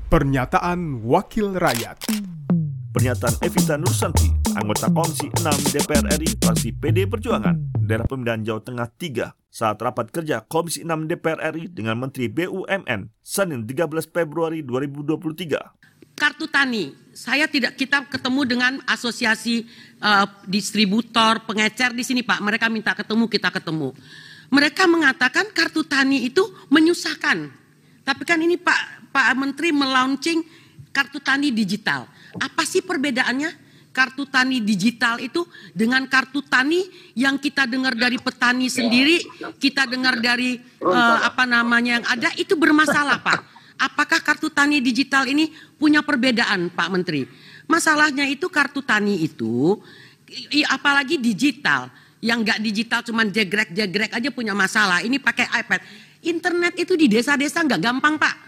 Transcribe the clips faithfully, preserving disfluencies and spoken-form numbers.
Pernyataan Wakil Rakyat. Pernyataan Evita Nursanti, anggota Komisi enam D P R R I, fraksi P D Perjuangan, daerah pemilihan Jawa Tengah tiga, saat rapat kerja Komisi enam D P R R I dengan Menteri B U M N, Senin tiga belas Februari dua ribu dua puluh tiga. Kartu tani, saya tidak kita ketemu dengan asosiasi uh, distributor, pengecer di sini Pak. Mereka minta ketemu, kita ketemu. Mereka mengatakan kartu tani itu menyusahkan. Tapi kan ini Pak Pak Menteri melaunching kartu tani digital. Apa sih perbedaannya kartu tani digital itu dengan kartu tani yang kita dengar dari petani sendiri, kita dengar dari uh, apa namanya yang ada, itu bermasalah Pak. Apakah kartu tani digital ini punya perbedaan Pak Menteri? Masalahnya itu kartu tani itu, apalagi digital, yang nggak digital cuman jegrek-jegrek aja punya masalah. Ini pakai iPad. Internet itu di desa-desa nggak gampang Pak.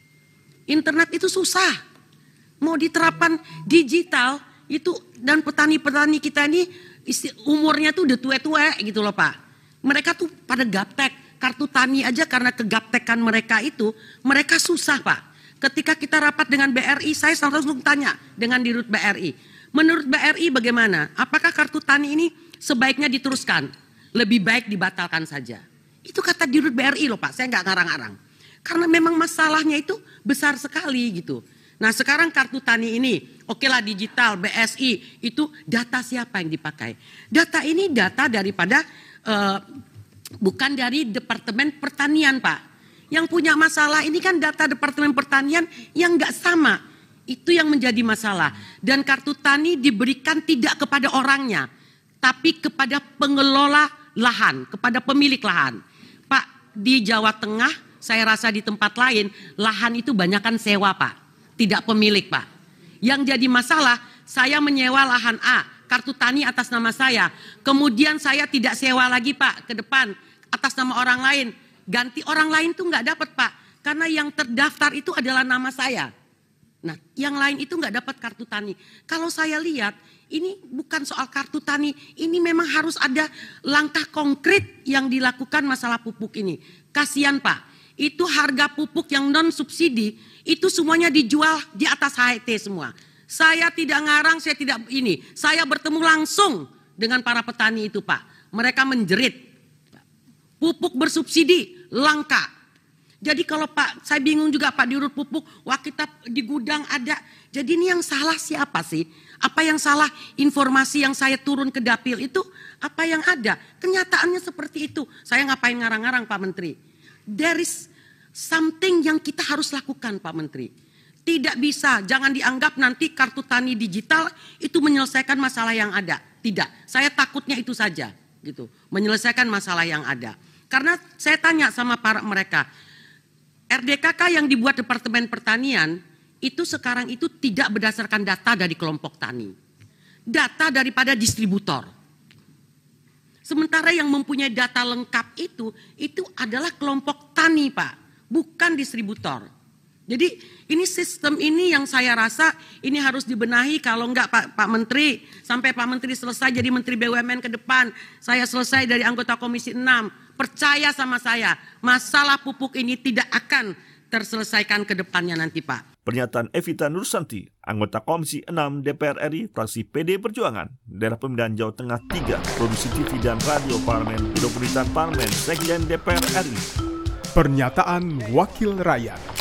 Internet itu susah. Mau diterapkan digital itu, dan petani-petani kita ini umurnya tuh udah tua-tua gitu loh Pak. Mereka tuh pada gaptek. Kartu tani aja karena kegaptekan mereka itu, mereka susah Pak. Ketika kita rapat dengan B R I, saya langsung tanya dengan dirut B R I. Menurut B R I bagaimana? Apakah kartu tani ini sebaiknya diteruskan? Lebih baik dibatalkan saja. Itu kata dirut B R I loh Pak, saya nggak ngarang-ngarang. Karena memang masalahnya itu besar sekali gitu. Nah sekarang kartu tani ini, oke lah digital, B S I, itu data siapa yang dipakai? Data ini data daripada, uh, bukan dari Departemen Pertanian Pak. Yang punya masalah ini kan data Departemen Pertanian yang nggak sama. Itu yang menjadi masalah. Dan kartu tani diberikan tidak kepada orangnya, tapi kepada pengelola lahan, kepada pemilik lahan. Pak, di Jawa Tengah, saya rasa di tempat lain, lahan itu banyakkan sewa Pak, tidak pemilik Pak. Yang jadi masalah, saya menyewa lahan A, kartu tani atas nama saya. Kemudian saya tidak sewa lagi Pak ke depan atas nama orang lain. Ganti orang lain tuh nggak dapat Pak, karena yang terdaftar itu adalah nama saya. Nah, yang lain itu nggak dapat kartu tani. Kalau saya lihat, ini bukan soal kartu tani, ini memang harus ada langkah konkret yang dilakukan masalah pupuk ini. Kasihan Pak. Itu harga pupuk yang non subsidi itu semuanya dijual di atas H T semua. Saya tidak ngarang, saya tidak ini. Saya bertemu langsung dengan para petani itu Pak. Mereka menjerit. Pupuk bersubsidi langka. Jadi kalau Pak, saya bingung juga Pak dirut pupuk, wah kita di gudang ada. Jadi ini yang salah siapa sih? Apa yang salah informasi yang saya turun ke dapil itu? Apa yang ada? Kenyataannya seperti itu. Saya ngapain ngarang-ngarang Pak Menteri? There is something yang kita harus lakukan Pak Menteri. Tidak bisa, jangan dianggap nanti kartu tani digital itu menyelesaikan masalah yang ada. Tidak, saya takutnya itu saja gitu, menyelesaikan masalah yang ada. Karena saya tanya sama para mereka, R D K K yang dibuat Departemen Pertanian itu sekarang itu tidak berdasarkan data dari kelompok tani. Data daripada distributor. Sementara yang mempunyai data lengkap itu, itu adalah kelompok tani Pak, bukan distributor. Jadi ini sistem ini yang saya rasa ini harus dibenahi. Kalau enggak Pak, Pak Menteri, sampai Pak Menteri selesai jadi Menteri B U M N ke depan, saya selesai dari anggota Komisi enam, percaya sama saya, masalah pupuk ini tidak akan terselesaikan ke depannya nanti Pak. Pernyataan Evita Nursanti, anggota Komisi enam D P R R I, fraksi P D Perjuangan, daerah pemilihan Jawa Tengah tiga, produksi T V dan radio Parlemen, Biro Pemerintahan Parlemen, Sekjen D P R R I. Pernyataan Wakil Rakyat.